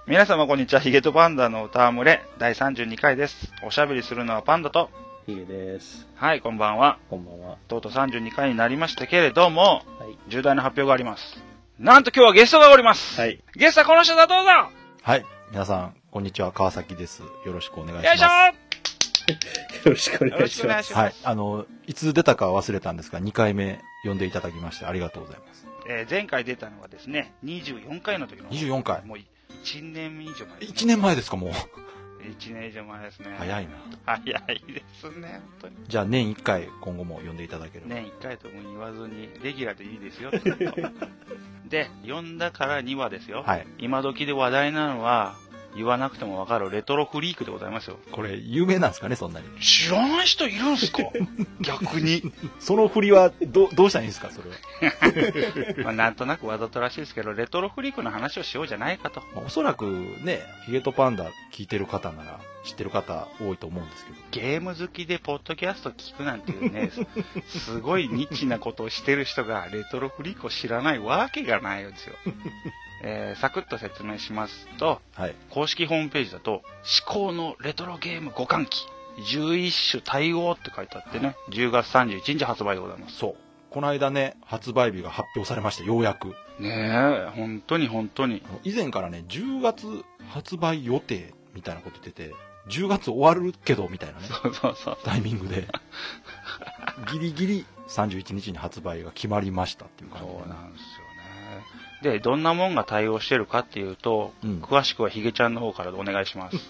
皆様こんにちは。ヒゲとパンダの歌わむれ第32回です。おしゃべりするのはパンダとヒゲです。 はい、こんばんは。 こんばんは。 とうとう32回になりましたけれども、 はい、 重大な発表があります。なんと今日はゲストがおります。 はい。 ゲストはこの人だ、どうぞ。 はい、皆さんこんにちは、川崎です。よろしくお願いします。 よいしょー。よろしくお願いします。 はい、いつ出たかは忘れたんですが、2回目呼んでいただきましてありがとうございます。 前回出たのはですね、24回の時の。 24回。 もう1年以上前です、ね。 1年前ですか、もう。 1年以上前ですね。 早いな。 早いですね、本当に。 じゃあ年1回今後も呼んでいただける。 年1回とも言わずに、レギュラーでいいですよ。で、呼んだからにはですよ。 はい。 今時で話題なのは、言わなくてもわかるレトロフリークでございますよ。 これ有名なんですかね、そんなに。 知らない人いるんすか逆に。 その振りはどうしたらいいんですか、それは。 まあなんとなくわざとらしいですけど、レトロフリークの話をしようじゃないかと。 おそらくね、ヒゲとパンダ聞いてる方なら知ってる方多いと思うんですけど。 ゲーム好きでポッドキャスト聞くなんていうね、すごいニッチなことをしてる人がレトロフリークを知らないわけがないんですよ。サクッと説明しますと、 はい、 公式ホームページだと、至高のレトロゲーム互換機、11種対応って書いてあってね、10月31日発売でございます。 そう。この間ね、発売日が発表されました、ようやく。 ねえ、本当に本当に。 以前からね、10月発売予定みたいなこと言ってて、10月終わるけどみたいなね、 そうタイミングで、ギリギリ31日に発売が決まりましたっていう感じで、ね。 そうなんですよね。で、どんなもんが対応してるかっていうと、詳しくはヒゲちゃんの方からお願いします。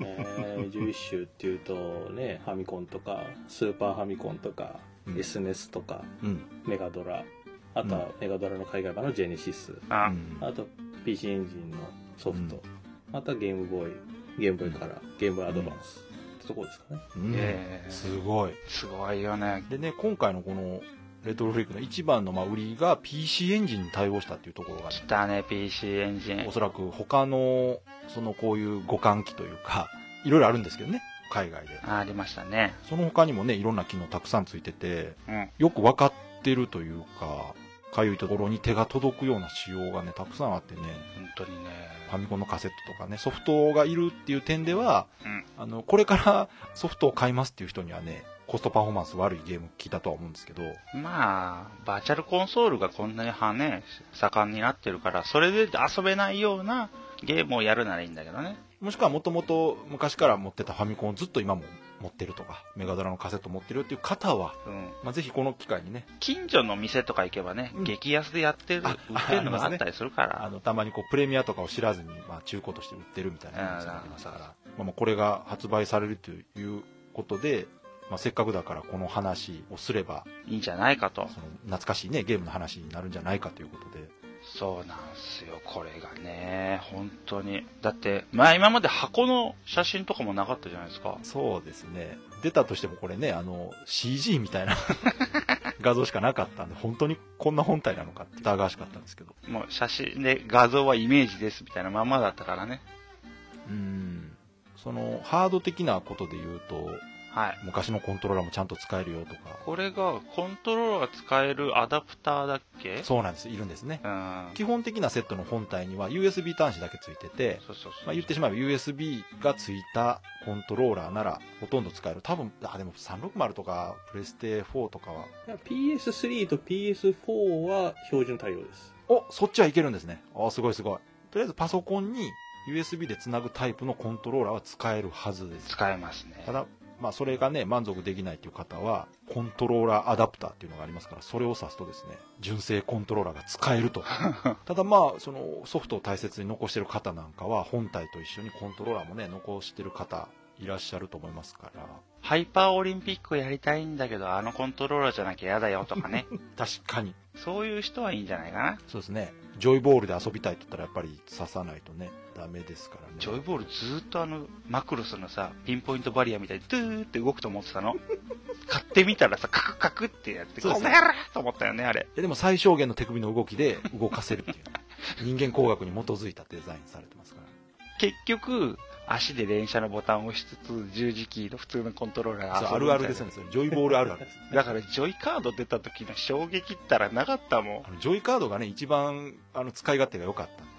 11種っていうとね、ファミコンとか、スーパーファミコンとか、SNES とか、メガドラ、あとはメガドラの海外版のジェネシス、あと PC エンジンのソフト、あとはゲームボーイからゲームボーイアドバンスってとこですかね。 すごい。 すごいよね。 でね、今回のこのレトロフリークの一番の売りが PC エンジンに対応したっていうところがね。 来たね、PC エンジン。 おそらく他の、こういう互換機というか、いろいろあるんですけどね、海外で。 ありましたね。 その他にもね、いろんな機能たくさんついてて、よく分かってるというか、かゆいところに手が届くような仕様がね、たくさんあってね。 本当にね。 ファミコンのカセットとかね、ソフトがいるっていう点では、これからソフトを買いますっていう人にはね、コストパフォーマンス悪いゲーム聞いたとは思うんですけど、 まあバーチャルコンソールがこんなに盛んになってるから、それで遊べないようなゲームをやるならいいんだけどね。 もしくはもともと昔から持ってたファミコンをずっと今も持ってるとか、メガドラのカセット持ってるっていう方は、ぜひこの機会にね、 近所の店とか行けばね、激安で売ってるのがあったりするから、 たまにプレミアとかを知らずに、中古として売ってるみたいなのがありますから、これが発売されるということで、せっかくだからこの話をすればいいんじゃないかと。 懐かしいね、ゲームの話になるんじゃないかということで。 そうなんですよ、これがね、本当に。だって、今まで箱の写真とかもなかったじゃないですか。 そうですね。出たとしてもこれね、CG みたいな画像しかなかったんで、本当にこんな本体なのかって疑わしかったんですけど。 もう写真で画像はイメージですみたいなままだったからね。 ハード的なことで言うと、 はい、 昔のコントローラーもちゃんと使えるよとか。 これがコントローラーが使えるアダプターだっけ？ そうなんです、いるんですね。基本的なセットの本体には USB 端子だけついてて、言ってしまえば USB がついたコントローラーならほとんど使える。多分でも360とかプレステ4とかは PS3 と PS4 は標準対応です。 そっちはいけるんですね。すごいすごい。とりあえずパソコンに USB でつなぐタイプのコントローラーは使えるはずです。 使えますね。 ただそれがね、満足できないという方は、コントローラーアダプターっていうのがありますから、それを指すとですね、純正コントローラーが使えると。ただソフトを大切に残してる方なんかは、本体と一緒にコントローラーもね、残してる方いらっしゃると思いますから。 ハイパーオリンピックやりたいんだけど、あのコントローラーじゃなきゃ嫌だよとかね。 確かに。 そういう人はいいんじゃないかな。 そうですね。ジョイボールで遊びたいって言ったらやっぱり刺さないとね、ダメですからね。 ジョイボールずーっとマクロスのさ、ピンポイントバリアみたいにドゥーって動くと思ってたの。買ってみたらさ、カクカクってやって、この野郎と思ったよね、あれ。 でも最小限の手首の動きで動かせるっていう。人間工学に基づいたデザインされてますから。 結局、足で連射のボタンを押しつつ、十字キーの普通のコントローラーがあるあるですよね。ジョイボールあるあるです。 だから、ジョイカード出た時の衝撃ったらなかったもん。 ジョイカードがね、一番使い勝手が良かった。 しっ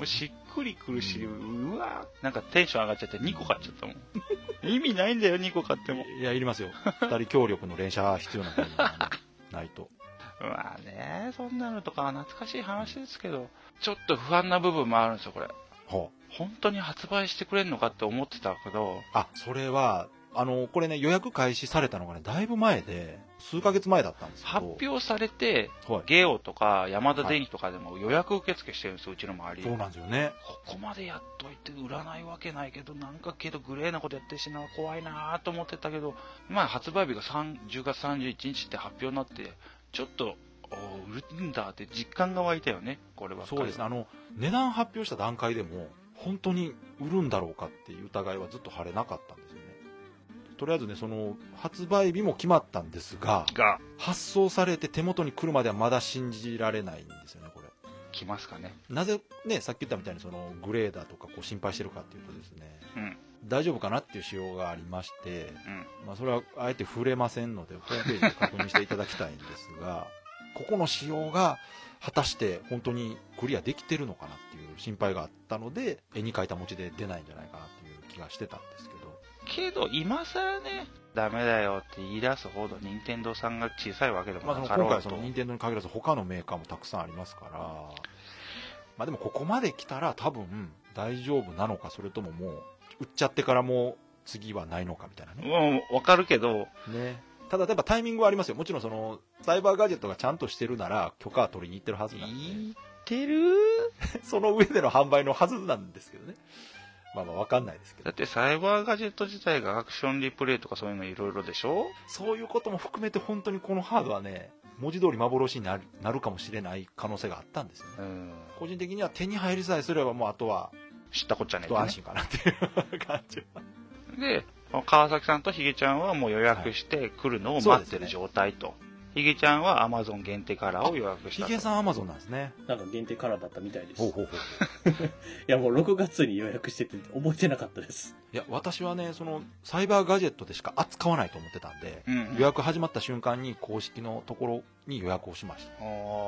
くりくるし、うわなんかテンション上がっちゃって2個買っちゃったもん。意味ないんだよ、2個買っても。 いや、いりますよ。2人協力の連射必要なのないと。 まあね、そんなのとか懐かしい話ですけど、ちょっと不安な部分もあるんですよ、これ。 ほう。 本当に発売してくれんのかって思ってたけど。 あ、それは、これね、予約開始されたのがね、だいぶ前で、数ヶ月前だったんですけど。 発表されて、 はい、 ゲオとかヤマダ電機とかでも予約受付してるんですよ、うちの周り。 そうなんですよね。 ここまでやっといて売らないわけないけど、なんかけどグレーなことやってるしな、怖いなと思ってたけど、まあ発売日が10月31日って発表になって、ちょっと、売るんだって実感が湧いたよね、これは。 そうですね、値段発表した段階でも、本当に売るんだろうかっていう疑いはずっと晴れなかったんですよね。とりあえずね、その発売日も決まったんですが、発送されて手元に来るまではまだ信じられないんですよね、これ。 来ますかね。 なぜね、さっき言ったみたいにそのグレーだとかこう心配してるかっていうとですね、 うん、 大丈夫かなっていう仕様がありまして、 うん、 まあそれはあえて触れませんので、ホームページで確認していただきたいんですが、ここの仕様が果たして本当にクリアできてるのかなっていう心配があったので、絵に描いた餅で出ないんじゃないかなっていう気がしてたんですけど。 今更ね、ダメだよって言い出すほど任天堂さんが小さいわけでもなかろうと。 今回その任天堂に限らず他のメーカーもたくさんありますから、まあでもここまで来たら多分大丈夫なのか、それとももう売っちゃってからもう次はないのかみたいなね。 わかるけど。 ね。ただやっぱタイミングはありますよ。もちろんそのサイバーガジェットがちゃんとしてるなら許可は取りに行ってるはずなんで。 言ってるその上での販売のはずなんですけどね。まあまあわかんないですけど。 だってサイバーガジェット自体がアクションリプレイとかそういうのいろいろでしょ。 そういうことも含めて本当にこのハードはね、文字通り幻になるかもしれない可能性があったんですよね。個人的には手に入りさえすればもうあとは知ったこっちゃねえ、 ね、安心かなっていう感じは。 で、川崎さんとヒゲちゃんはもう予約して来るのを待ってる状態と。ヒゲちゃんは Amazon 限定カラーを予約した。 ヒゲさん Amazon なんですね。 なんか限定カラーだったみたいです。 ほうほうほう。 いやもう6月に予約してて覚えてなかったです。 いや、私はね、そのサイバーガジェットでしか扱わないと思ってたんで、予約始まった瞬間に公式のところに予約をしました。 さ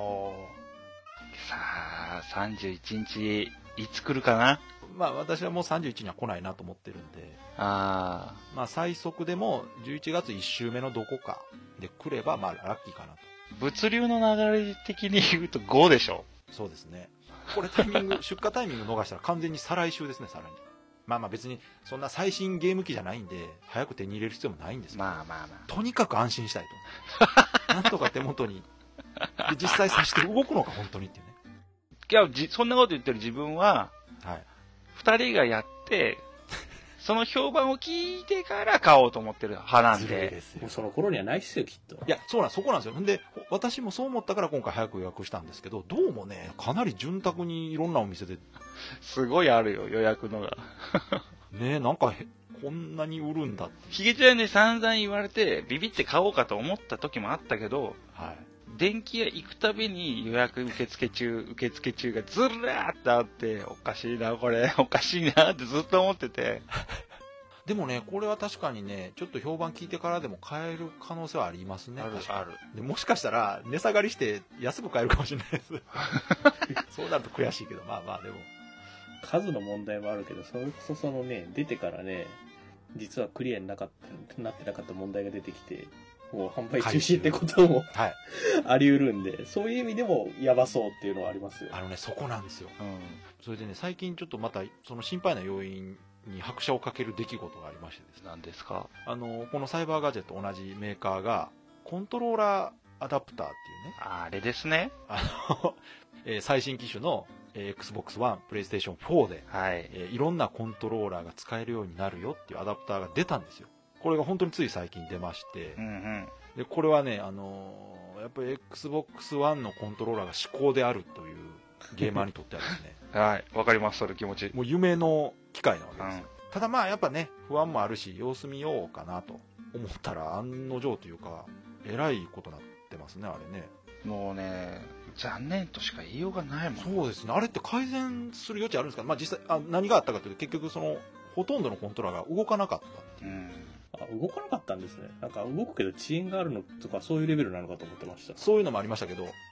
あ、31日、いつ来るかな。 まあ私はもう31には来ないなと思ってるんで、まあ最速でも11月1週目のどこかで来ればまあラッキーかなと。 物流の流れ的に言うと5でしょ。 そうですね。これタイミング、出荷タイミング逃したら完全に再来週ですね、さらに。まあまあ別にそんな最新ゲーム機じゃないんで、早く手に入れる必要もないんですけど、とにかく安心したいと。なんとか手元に。で実際さして動くのか本当にっていうね。 いや、そんなこと言ってる自分は、はい。2人がやって、その評判を聞いてから買おうと思ってる派なんで。 もうその頃にはないっすよ、きっと。 いや、そこなんですよ。で、私もそう思ったから今回早く予約したんですけど、どうもね、かなり潤沢にいろんなお店で。 すごいあるよ、予約のが。 ねえ、なんかこんなに売るんだって。 ヒゲちゃんに散々言われて、ビビって買おうかと思った時もあったけど、 はい。 電気屋行くたびに予約受付中がずらーってあって、おかしいな、これ、おかしいなってずっと思ってて。 でもね、これは確かにね、ちょっと評判聞いてからでも買える可能性はありますね。 ある。 でもしかしたら値下がりして安く買えるかもしれないです。そうなると悔しいけど、まあまあでも。 数の問題もあるけど、それこそそのね、出てからね、実はクリアになってなかった問題が出てきて、もう販売中止ってことも、はい、あり得るんで、そういう意味でもやばそうっていうのはありますよ。 そこなんですよ。それでね、最近ちょっとまたその心配な要因に拍車をかける出来事がありましてですね。 何ですか？ このサイバーガジェット同じメーカーがコントローラーアダプターっていうね。 あれですね。 最新機種のXbox One、PlayStation 4で、 はい、 いろんなコントローラーが使えるようになるよっていうアダプターが出たんですよ。これが本当につい最近出まして、でこれはね、やっぱり Xbox One のコントローラーが至高であるというゲーマーにとってはですねはい、わかります、それ気持ち。 もう夢の機械なわけですよ。ただまあやっぱね、不安もあるし様子見ようかなと思ったら案の定というかえらいことになってますね、あれね。 もうね、残念としか言いようがないもん。 そうですね。あれって改善する余地あるんですか？まあ実際何があったかというと、結局そのほとんどのコントローラーが動かなかったっていう。 動かなかったんですね。なんか動くけど遅延があるのとかそういうレベルなのかと思ってました。 そういうのもありましたけど、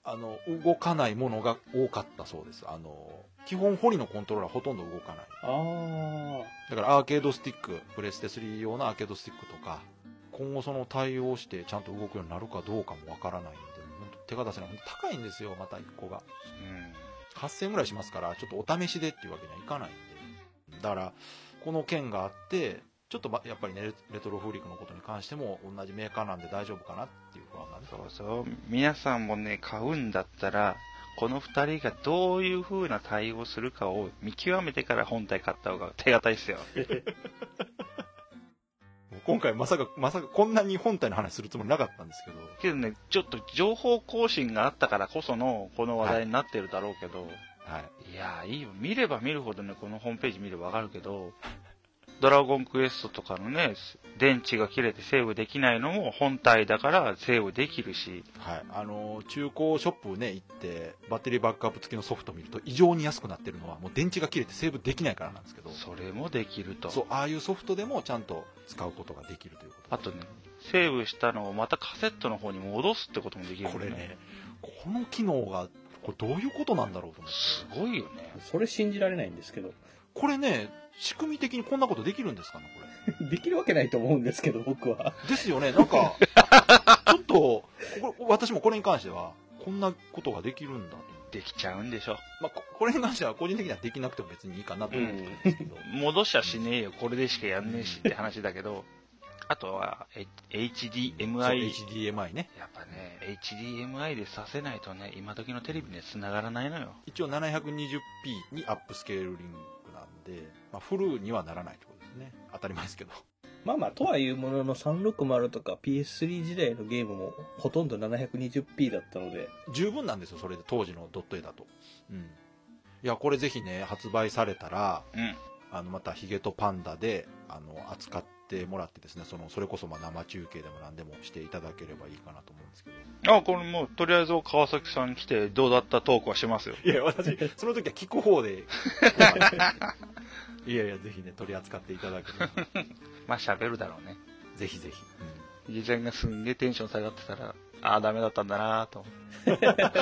動かないものが多かったそうです。基本ホリのコントローラーほとんど動かない。だからアーケードスティック、プレステ3用のアーケードスティックとか、今後その対応してちゃんと動くようになるかどうかもわからないんで、本当手が出せない。高いんですよ、また1個が。8000円ぐらいしますから、ちょっとお試しでっていうわけにはいかないんで。だから、この件があって、ちょっとやっぱりね、レトロフリークのことに関しても同じメーカーなんで大丈夫かなっていう不安なんです。 そうそう。皆さんもね、買うんだったら、この2人がどういう風な対応するかを見極めてから本体買った方が手堅いですよ。 今回まさかこんなに本体の話するつもりなかったんですけど。 けどね、ちょっと情報更新があったからこそのこの話題になってるだろうけど、はい。いやいいよ。見れば見るほどね、このホームページ見ればわかるけど、ドラゴンクエストとかのね、電池が切れてセーブできないのも本体だからセーブできるし。 はい。中古ショップね、行って、バッテリーバックアップ付きのソフト見ると異常に安くなってるのは、もう電池が切れてセーブできないからなんですけど。 それもできると。 そう、ああいうソフトでもちゃんと使うことができるということ。 あとね、セーブしたのをまたカセットの方に戻すってこともできる、ね。 これね、この機能が、これどういうことなんだろうと思って。 すごいよね。 それ信じられないんですけど。 これね、仕組み的にこんなことできるんですかね、これ。できるわけないと思うんですけど、僕は。 ですよね、なんか、ちょっと、私もこれに関しては、こんなことができるんだと。 できちゃうんでしょ。 まあ、これに関しては個人的にはできなくても別にいいかなと思うんですけど。 戻しゃしねえよ、これでしかやんねえしって話だけど、あとは、HDMI。 HDMI ね。 やっぱね、HDMI でさせないとね、今時のテレビに繋がらないのよ。 一応 720p にアップスケールリングなんで、まあ、フルにはならないってことですね。当たり前ですけど。 まあまあ、とはいうものの360とか PS3 時代のゲームもほとんど 720p だったので。 十分なんですよ、それで当時のドット絵だと。うん。いや、これぜひね、発売されたら、またヒゲとパンダで、扱ってもらってですね、それこそまあ生中継でも何でもしていただければいいかなと思うんですけど。 これもう、とりあえず川崎さん来て、どうだったトークはしますよ。 いや、私、その時は聞く方で。いやいや、ぜひね、取り扱っていただければ。 まあ、喋るだろうね。 ぜひぜひ。ひげちゃんがすんげえテンション下がってたら、ああ、ダメだったんだなと。い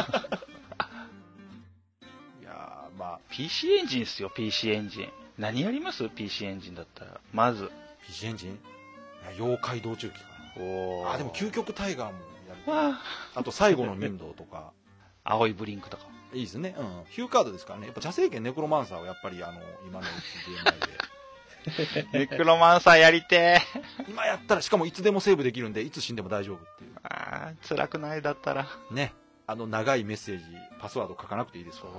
やまあ。 PC エンジンっすよ、PC エンジン。何やります ?PC エンジンだったら。まず。 PC エンジン妖怪道中記かな。でも究極タイガーもやる。あと最後の民道とか。 青いブリンクとか。 いいですね。うん。ヒューカードですからね。やっぱ邪聖剣ネクロマンサーはやっぱり今の HDMI で。 ネクロマンサーやりてー。今やったらしかもいつでもセーブできるんでいつ死んでも大丈夫っていう。 辛くないだったら。 ね。長いメッセージ、パスワード書かなくていいですから。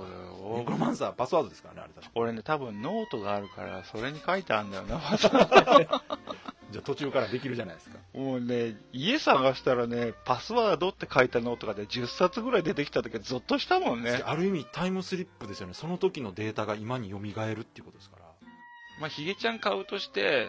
ネクロマンサーパスワードですからね、あれ確か。 俺ね、多分ノートがあるから、それに書いてあるんだよな。 じゃあ途中からできるじゃないですか。 もうね、家探したらね、パスワードって書いたノートがね、10冊ぐらい出てきた時はゾッとしたもんね。 ある意味タイムスリップですよね。その時のデータが今に蘇るっていうことですから。 まあ、ヒゲちゃん買うとして、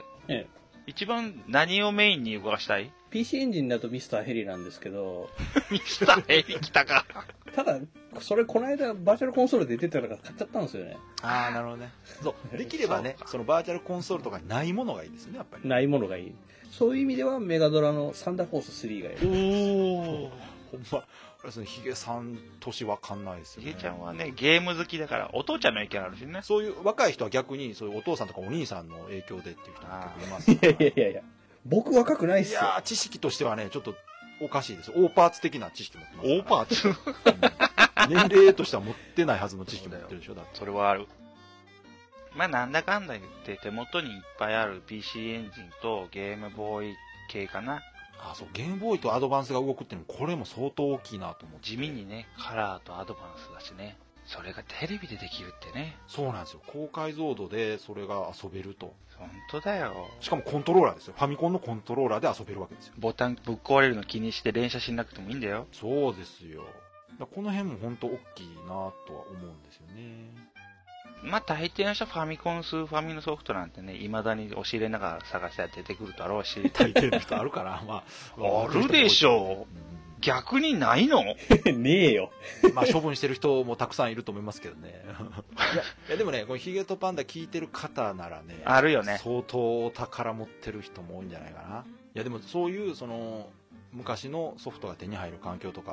一番何をメインに動かしたい？ PC エンジンだとミスターヘリなんですけど。 ミスターヘリ来たか。 ただ、それこの間バーチャルコンソールで出てたから買っちゃったんですよね。 なるほどね。そう。できればね、そのバーチャルコンソールとかにないものがいいですね、やっぱり。 ないものがいい。そういう意味ではメガドラのサンダーフォース3がいい。 ほんま、ヒゲさん年わかんないですよね。 ヒゲちゃんはね、ゲーム好きだから、お父ちゃんの影響あるしね。 そういう若い人は逆に、そういうお父さんとかお兄さんの影響でっていう人も結構います、ね。 いや。僕若くないっすよ。 いや知識としてはね、ちょっとおかしいです。オーパーツ的な知識持ってますから。 オーパーツ、年齢としては持ってないはずの知識持ってるでしょ、だって。 それはある。まあ、なんだかんだ言って手元にいっぱいある PC エンジンとゲームボーイ系かな。 そう、ゲームボーイとアドバンスが動くっていうのも、これも相当大きいなと思って。 地味にね、カラーとアドバンスだしね。それがテレビでできるってね。 そうなんですよ。高解像度でそれが遊べると。 本当だよ。 しかもコントローラーですよ。ファミコンのコントローラーで遊べるわけですよ。 ボタンぶっ壊れるの気にして連射しなくてもいいんだよ。 そうですよ。この辺も本当大きいなとは思うんですよね。 まあ大抵の人はファミコン、スーファミのソフトなんてね、未だに押し入れながら探したら出てくるだろうし。 大抵の人あるから、まあ。あるでしょう。逆にないのねえよ。 まあ処分してる人もたくさんいると思いますけどね。いやでもね、このヒゲとパンダ聞いてる方ならね、 あるよね。 相当お宝持ってる人も多いんじゃないかな。いやでもそういう昔のソフトが手に入る環境とか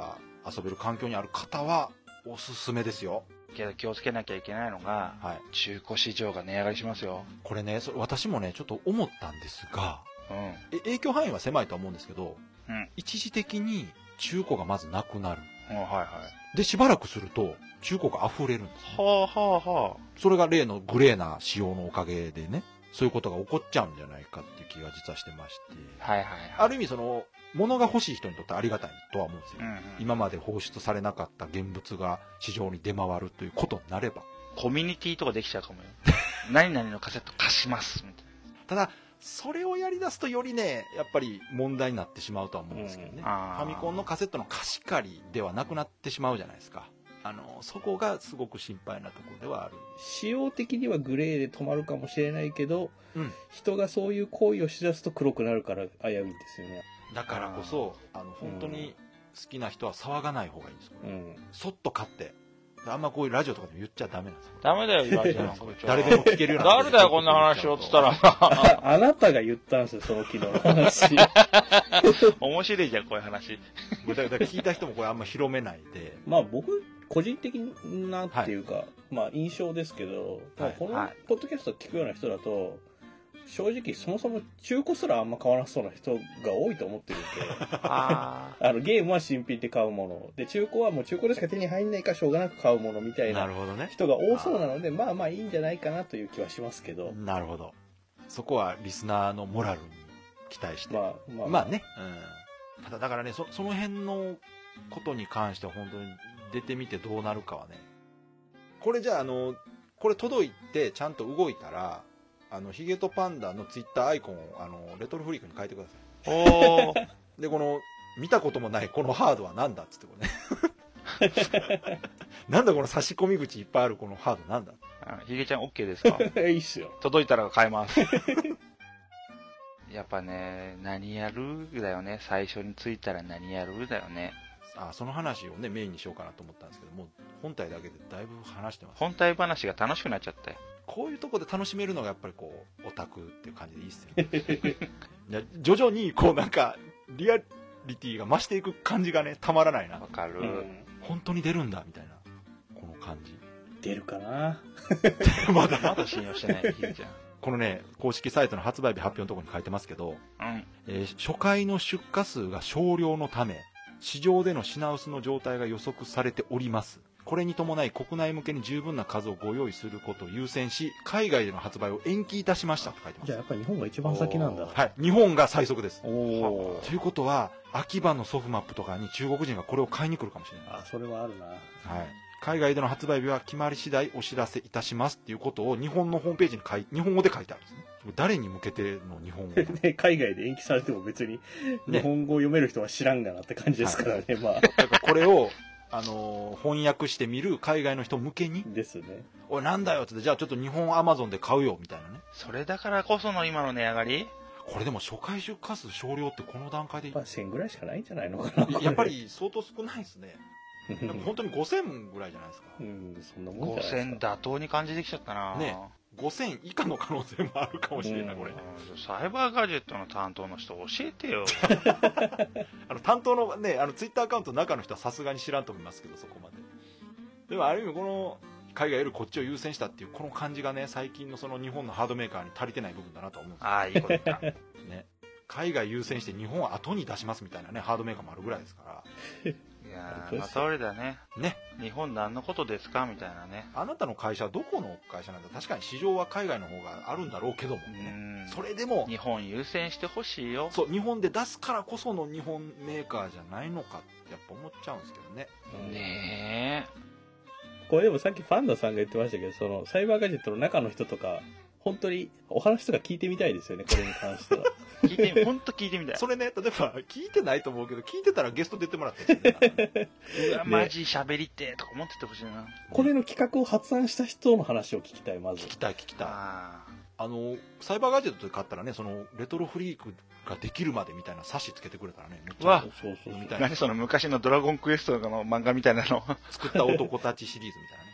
遊べる環境にある方はおすすめですよ。 けど気をつけなきゃいけないのが、はい、中古市場が値上がりしますよ。 これね、私もねちょっと思ったんですが、影響範囲は狭いとは思うんですけど、一時的に中古がまずなくなる、はいはい、でしばらくすると中古が溢れるんです、はあはあはあ、それが例のグレーな仕様のおかげでね、そういうことが起こっちゃうんじゃないかっていう気が実はしてまして、はいはいはい、ある意味物が欲しい人にとってありがたいとは思うんですよ、今まで放出されなかった現物が市場に出回るということになれば。 コミュニティとかできちゃうかもよ何々のカセット貸しますみたいな。 ただそれをやりだすとよりねやっぱり問題になってしまうとは思うんですけどね、ファミコンのカセットの貸し借りではなくなってしまうじゃないですか。そこがすごく心配なところではある。 仕様的にはグレーで止まるかもしれないけど、人がそういう行為をしだすと黒くなるから危ういんですよね。 だからこそ本当に好きな人は騒がない方がいいんですよ、そっと買って。あんまこういうラジオとかでも言っちゃダメなんですよ。 ダメだよ今じゃ誰でも聞けるような。 誰だよこんな話をっつったらあなたが言ったんですよその昨日の話面白いじゃんこういう話だから聞いた人もこれあんま広めないでまあ僕個人的なっていうか、はい、まあ印象ですけど、はい、このポッドキャスト聞くような人だと正直そもそも中古すらあんま買わなそうな人が多いと思ってるんでゲームは新品で買うもので中古はもう中古でしか手に入んないからしょうがなく買うものみたいな人が多そうなので、まあまあいいんじゃないかなという気はしますけど。 なるほど。そこはリスナーのモラルに期待してまあね、ただだからねその辺のことに関しては本当に出てみてどうなるかはね。これじゃあこれ届いてちゃんと動いたらヒゲとパンダのツイッターアイコンをレトロフリークに変えてください。おでこの見たこともないこのハードはなんだっつってこれねなんだこの差し込み口いっぱいあるこのハードなんだ。 ヒゲちゃん OK ですかいいっすよ。 届いたら変えますやっぱね何やるだよね。最初についたら何やるだよね。 その話をねメインにしようかなと思ったんですけども本体だけでだいぶ話してます、 本体話が楽しくなっちゃってこういうとこで楽しめるのがやっぱりこうオタクっていう感じでいいっすよねいや徐々にこうなんかリアリティが増していく感じがねたまらないな。 わかる、 本当に出るんだみたいなこの感じ。 出るかなまだ信用してないヒゲちゃん。 このね公式サイトの発売日発表のところに書いてますけど、初回の出荷数が少量のため市場での品薄の状態が予測されております。これに伴い国内向けに十分な数をご用意することを優先し海外での発売を延期いたしましたと書いてます。 じゃあやっぱり日本が一番先なんだ。 はい、日本が最速です。ということは秋葉のソフマップとかに中国人がこれを買いに来るかもしれない。 それはあるな。 はい、海外での発売日は決まり次第お知らせいたしますっていうことを日本のホームページに日本語で書いてあるんですね。誰に向けての日本語ね、海外で延期されても別に日本語を読める人は知らんがなって感じですからね、はい、まあだからこれを翻訳してみる海外の人向けにですね。 おいなんだよってじゃあちょっと日本アマゾンで買うよみたいなね。 それだからこその今の値上がり。 これでも初回出荷数少量ってこの段階で 1000ぐらいしかないんじゃないのかな。 やっぱり相当少ないですね本当に5000ぐらいじゃないですか。 そんなもんじゃないですか。 5000妥当に感じてきちゃったなね。5000以下の可能性もあるかもしれないこれ。 サイバーガジェットの担当の人教えてよ担当のねツイッターアカウントの中の人はさすがに知らんと思いますけどそこまで。でもある意味この海外よりこっちを優先したっていうこの感じがね最近のその日本のハードメーカーに足りてない部分だなと思うんですよ。 いいこと言ったね、海外優先して日本は後に出しますみたいなねハードメーカーもあるぐらいですからいやまあ通りだね。日本何のことですかみたいなね。 あなたの会社はどこの会社なんだ。確かに市場は海外の方があるんだろうけどもね。それでも日本優先してほしいよ。 そう日本で出すからこその日本メーカーじゃないのかってやっぱ思っちゃうんですけどね。 ねえ。 これでもさっきパンダさんが言ってましたけどそのサイバーガジェットの中の人とか本当にお話とか聞いてみたいですよねこれに関しては。 本当聞いてみたい。 それね例えば聞いてないと思うけど聞いてたらゲスト出てもらってるんですねうわマジ喋りってとか思っててほしいな。 これの企画を発案した人の話を聞きたい。まず聞きたいサイバーガジェットで買ったらねそのレトロフリークができるまでみたいな冊子つけてくれたらねめっちゃそう何その昔のドラゴンクエストの漫画みたいなの作った男たちシリーズみたいなね感じ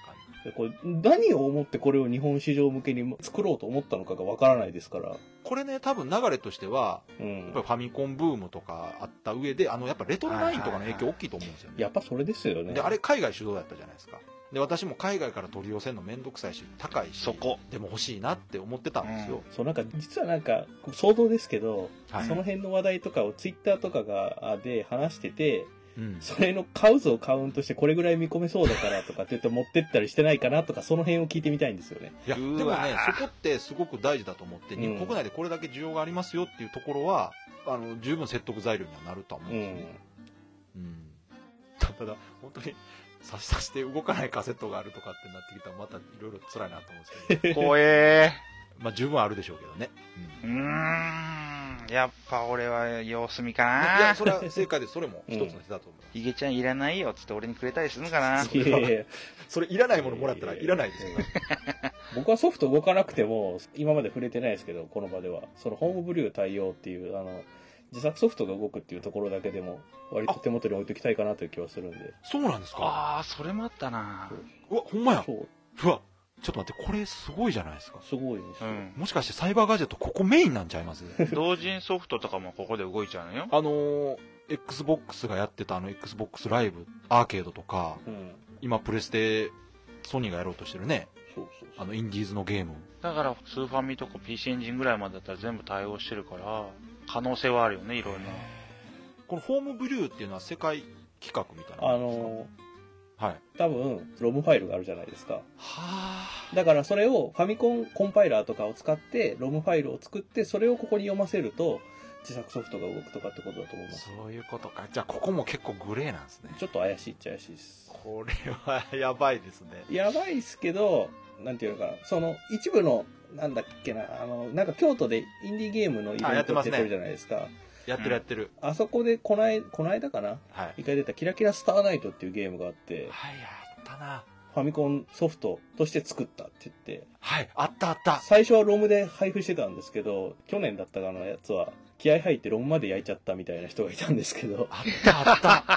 これ何を思ってこれを日本市場向けに作ろうと思ったのかがわからないですから。 これね、多分流れとしては、やっぱりファミコンブームとかあった上で、やっぱレトロ9とかの影響大きいと思うんですよね。 やっぱそれですよね。 で、あれ海外主導だったじゃないですか。で、私も海外から取り寄せるのめんどくさいし、高いし、でも欲しいなって思ってたんですよ。 そう、なんか、実はなんか、想像ですけど、その辺の話題とかをツイッターとかで話してて、それの数をカウントしてこれぐらい見込めそうだからとかって言って持ってったりしてないかなとか、その辺を聞いてみたいんですよね。 いや、でもね、そこってすごく大事だと思って、日本国内でこれだけ需要がありますよっていうところは、十分説得材料にはなると思うんですね。ただ、本当に、差して動かないカセットがあるとかってなってきたらまたいろいろ辛いなと思うんですけど。 怖えまあ十分あるでしょうけどね。 やっぱ俺は様子見かな。 いや、それは正解です。それも一つの手だと思う。 ヒゲちゃんいらないよっつって俺にくれたりするのかな。 それいらないものもらったらいらないですよ。 僕はソフト動かなくても、今まで触れてないですけど、この場では。そのホームブリュー対応っていう、自作ソフトが動くっていうところだけでも割と手元に置いておきたいかなという気はするんで。 そうなんですか。 ああ、それもあったな。 うわ、ほんまや。 そう。 うわ、ちょっと待って、これすごいじゃないですか。 すごいですよ。 もしかしてサイバーガジェットここメインなんちゃいます？ 同人ソフトとかもここで動いちゃうのよ。 Xbox がやってたXbox ライブアーケードとか、今プレステソニーがやろうとしてるね。インディーズのゲーム。 だからスーファミとか PC エンジンぐらいまでだったら全部対応してるから、可能性はあるよね、いろいろな。 このホームブリューっていうのは世界規格みたいなのですか？はい。 多分、ロムファイルがあるじゃないですか。 はぁ。だからそれをファミコンコンパイラーとかを使って、ロムファイルを作って、それをここに読ませると、自作ソフトが動くとかってことだと思います。 そういうことか。じゃあここも結構グレーなんですね。 ちょっと怪しいっちゃ怪しいです。 これはやばいですね。 やばいっすけど、なんていうのかな、その一部の、なんだっけな、なんか京都でインディーゲームのイベントやってるじゃないですか。 やってる。 あそこでこの間かな、一回出たキラキラスターナイトっていうゲームがあって、 はい、あったな。 ファミコンソフトとして作ったって言って、 はい、あった。 最初はロムで配布してたんですけど、去年だったかのやつは気合入ってロムまで焼いちゃったみたいな人がいたんですけど。 あった。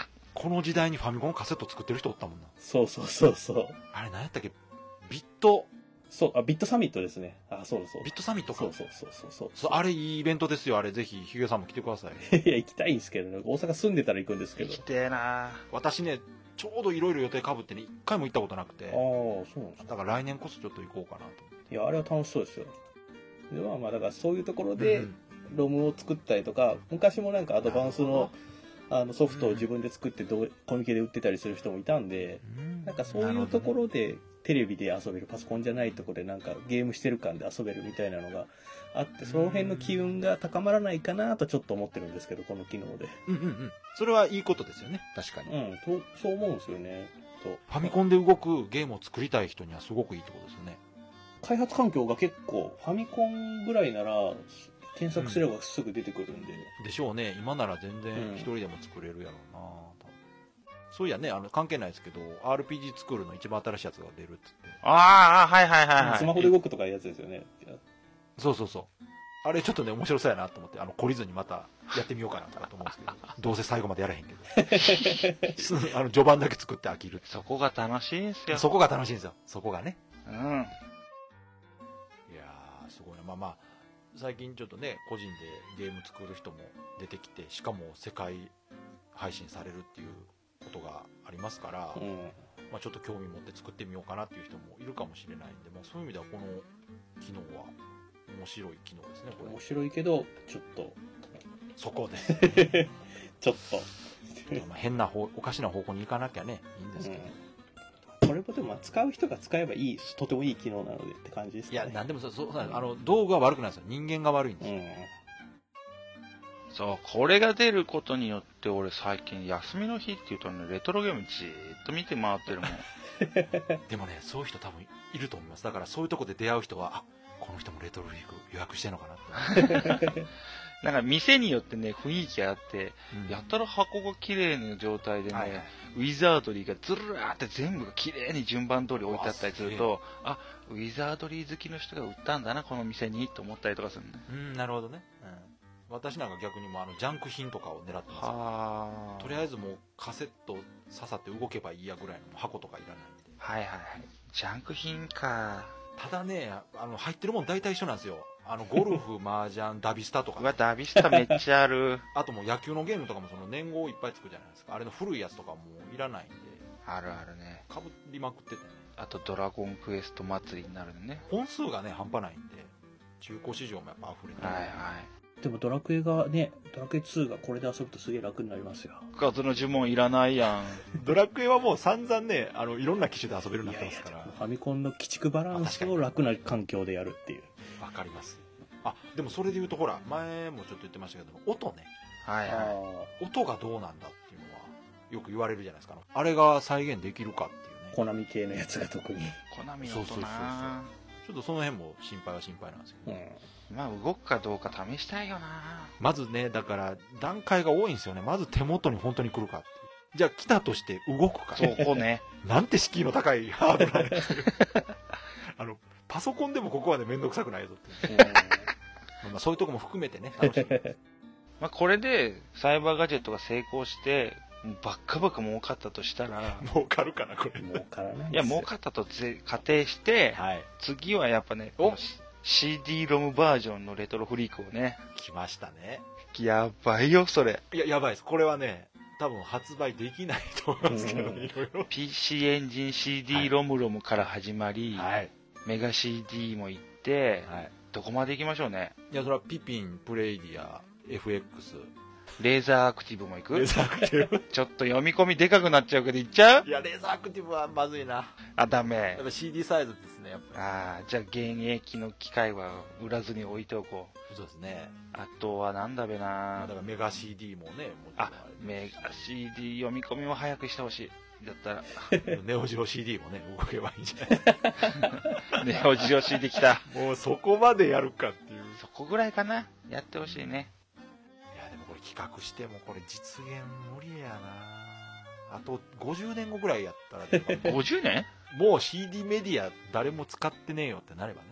この時代にファミコンカセット作ってる人おったもんな。 そう。 あれ何やったっけ？ビットサミットですね。そう。 ビットサミットか。 そう。 あれいいイベントですよ。あれぜひ、ヒゲさんも来てください。 いや、行きたいんですけどね。大阪住んでたら行くんですけど。 行きてえな。 私ね、ちょうどいろいろ予定かぶってね、一回も行ったことなくて。 そうなんですか。 だから来年こそちょっと行こうかなと。 いや、あれは楽しそうですよ。で、まあ、だからそういうところで、ロムを作ったりとか、昔もなんかアドバンスの、ソフトを自分で作ってコミケで売ってたりする人もいたんで、なんかそういうところでテレビで遊べる、パソコンじゃないところでなんかゲームしてる感で遊べるみたいなのがあって、その辺の機運が高まらないかなとちょっと思ってるんですけど、この機能で。 それはいいことですよね、確かに。 そう思うんですよね。 ファミコンで動くゲームを作りたい人にはすごくいいってことですよね。 開発環境が結構、ファミコンぐらいなら、検索すればすぐ出てくるんで。 でしょうね。今なら全然一人でも作れるやろうな。そういやね、関係ないですけど、RPG 作るの一番新しいやつが出るっつって。 はい。 スマホで動くとかいうやつですよね。 そう。あれちょっとね、面白そうやなと思って、懲りずにまたやってみようかなとかと思うんですけど、どうせ最後までやらへんけど。序盤だけ作って飽きる。 そこが楽しいんすよ。 そこが楽しいんですよ。そこがね。 いやー、すごいな。まあ、最近ちょっとね、個人でゲーム作る人も出てきて、しかも世界配信されるっていうことがありますから、まあ、ちょっと興味持って作ってみようかなっていう人もいるかもしれないんで、そういう意味ではこの機能は面白い機能ですね。これ面白いけどちょっとそこでちょっと変なおかしな方向に行かなきゃねいいんですけど、 これもでも使う人が使えばいい、とてもいい機能なのでって感じですかね。 いや、なんでも道具は悪くないですよ。人間が悪いんですよ。 そう、これが出ることによって俺最近休みの日っていうとね、レトロゲームじーっと見て回ってるもん。 でもね、そういう人多分いると思います。だからそういうとこで出会う人は、この人もレトロリーグ予約してんのかなって。 なんか店によってね、雰囲気あって、やたら箱が綺麗な状態でね、ウィザードリーがずるーって全部が綺麗に順番通り置いてあったりすると、ウィザードリー好きの人が売ったんだな、この店に、と思ったりとかするね。 なるほどね。私なんか逆にもジャンク品とかを狙ってます。とりあえずもうカセット刺さって動けばいいやぐらいの箱とかいらないんで。 はいはいはい。ジャンク品か。 ただね、入ってるもん大体一緒なんですよ。ゴルフ、麻雀、ダビスタとか、 うわ、ダビスタめっちゃある。 あともう野球のゲームとかもその年号をいっぱいつくじゃないですか。あれの古いやつとかもういらないんで。 あるあるね。 かぶりまくっててね。 あとドラゴンクエスト祭りになるね。 本数がね、半端ないんで、中古市場もやっぱ溢れてる。 はいはい。 でもドラクエがね、ドラクエ2がこれで遊ぶとすげえ楽になりますよ。 復活の呪文いらないやん。 ドラクエはもう散々ね、いろんな機種で遊べるようになってますから。 ファミコンの鬼畜バランスを楽な環境でやるっていう。 わかります。でもそれで言うとほら、前もちょっと言ってましたけど、音ね。 はいはい。音がどうなんだっていうのは、よく言われるじゃないですか。あれが再現できるかっていうね。 コナミ系のやつが特に。 コナミの音な。 ちょっとその辺も心配は心配なんですけど、 まあ動くかどうか試したいよな。 まずね、だから段階が多いんですよね。まず手元に本当に来るかっていう。じゃあ来たとして動くか。 そこね。 なんて敷居の高いハードなんですよ。パソコンでもここまで面倒くさくないぞっていう。まあそういうとこも含めてね、楽しい。 まあこれでサイバーガジェットが成功してバッカバカ儲かったとしたら、 儲かるかなこれ。 儲からない。 いや儲かったと仮定して、 はい、 次はやっぱね、CD ロムバージョンのレトロフリークをね。 来ましたね。 やばいよそれ。 いややばいです。これはね、多分発売できないと思いますけど、いろいろ。 PC エンジン CD ロムロムから始まり、はい、メガ CD も行って、はい、どこまで行きましょうね。 いやそれはピピン、プレイディア、FX、 レーザーアクティブも行く？レーザーアクティブちょっと読み込みでかくなっちゃうけど行っちゃう？ いやレーザーアクティブはまずいな。 ダメ。 やっぱ CD サイズですね、やっぱり。じゃあ現役の機械は売らずに置いておこう。 そうですね。 あとはなんだべな。 だからメガ CD もね。 メガ CD 読み込みも早くしてほしい。だったら。 ネオジオ CD もね、動けばいいんじゃないネオジオ CD 来た。 もうそこまでやるかっていう。 そこぐらいかな。やってほしいね。 企画してもこれ実現無理やな。あと50年後ぐらいやったら 50年もう CD メディア誰も使ってねえよってなればね。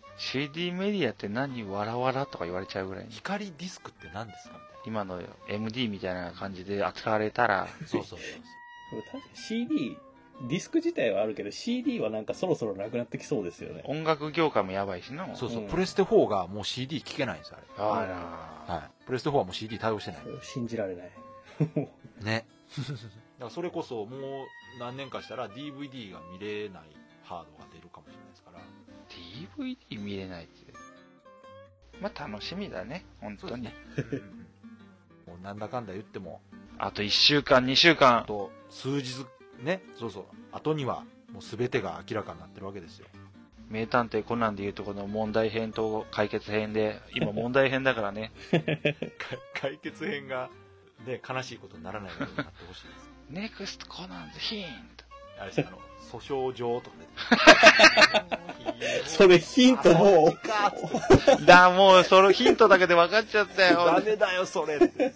CD メディアって何わらわらとか言われちゃうぐらい。 光ディスクって何ですかみたいな。 今の MD みたいな感じで扱われたらそうそうそう確かに CD ディスク自体はあるけど CD はなんかそろそろなくなってきそうですよね。 音楽業界もやばいしな。 そうそう、プレステ4がもう CD 聴けないんですよあれ。はい、プレステ4はもう CD 対応してない。 信じられないね。だからそれこそもう何年かしたら DVD が見れないハードが出るかもしれないですから。 DVD 見れないってまあ楽しみだね本当に。もうなんだかんだ言ってもあと1週間2週間と数日ね。そうそう、後にはもう全てが明らかになってるわけですよ。 名探偵コナンでいうとこの問題編と解決編で、今問題編だからね解決編が、ね、悲しいことにならないようになってほしいです。 ネクストコナンズヒント。 あれです訴訟状とかねそれヒントもうもうそのヒントだけで分かっちゃったよダメだよそれって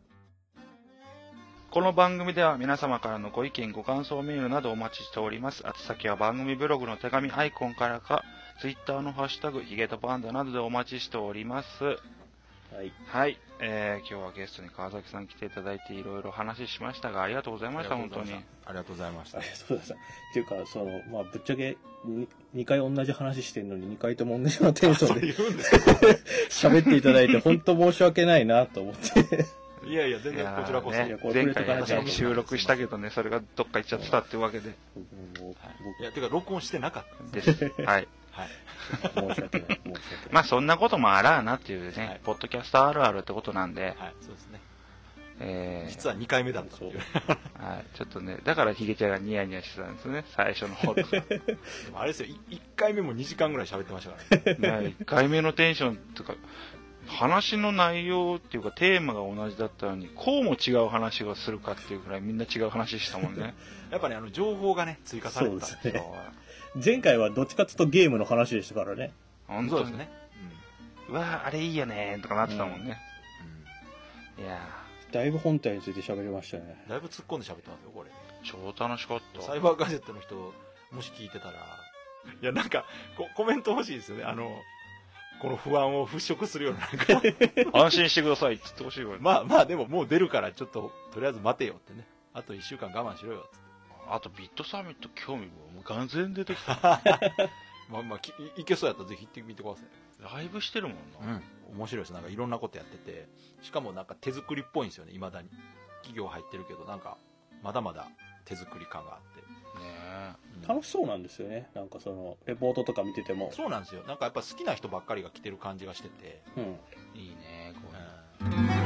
この番組では皆様からのご意見ご感想メールなどお待ちしております。宛先は番組ブログの手紙アイコンからか Twitter のハッシュタグヒゲとパンダなどでお待ちしております。はい、はい。今日はゲストに川崎さん来ていただいていろいろ話しましたが、ありがとうございました。本当にありがとうございました。 ありがとうございました。っていうかまあぶっちゃけ2回同じ話してるのに2回とも同じようなテンションで喋っていただいて本当申し訳ないなと思っていやいや全然こちらこそ、 ね、前回、ね、収録したけどねそれがどっか行っちゃってたっていうわけで、 いやてか録音してなかったですはいはい、申し訳ない。 まあそんなこともあらあなっていうね、はい、ポッドキャストあるあるってことなんで、はい、 そうですね。実は2回目だったという。 はい、ちょっとね、だからヒゲちゃんがニヤニヤしてたんですね、最初の方とか。でもあれですよ、1回目も2時間ぐらい喋ってましたからね。 1回目のテンションとか、話の内容っていうかテーマが同じだったのに、こうも違う話をするかっていうくらいみんな違う話したもんね。 やっぱね、情報がね、追加されたんですよ。 前回はどっちかっていうとゲームの話でしたからね。 本当ですね。うわあれいいよねとかなってたもんね。いやだいぶ本体について喋りましたね。 だいぶ突っ込んで喋ってますよこれ。 超楽しかった。 サイバーガジェットの人もし聞いてたら、いやなんかコメント欲しいですよね。この不安を払拭するようななんか安心してくださいって言ってほしいわ。 まあでももう出るからちょっととりあえず待てよってね。あと1週間我慢しろよって。 あとビットサミット興味もがぜん出てきた。 まあいけそうやったらぜひ行ってみてください。 ライブしてるもんな。 面白いです。なんかいろんなことやってて、しかもなんか手作りっぽいんですよね、未だに。企業入ってるけど、なんかまだまだ手作り感があってね、楽しそうなんですよね。なんかそのレポートとか見てても。 そうなんですよ。なんかやっぱ好きな人ばっかりが来てる感じがしてて、 いいねこういうの。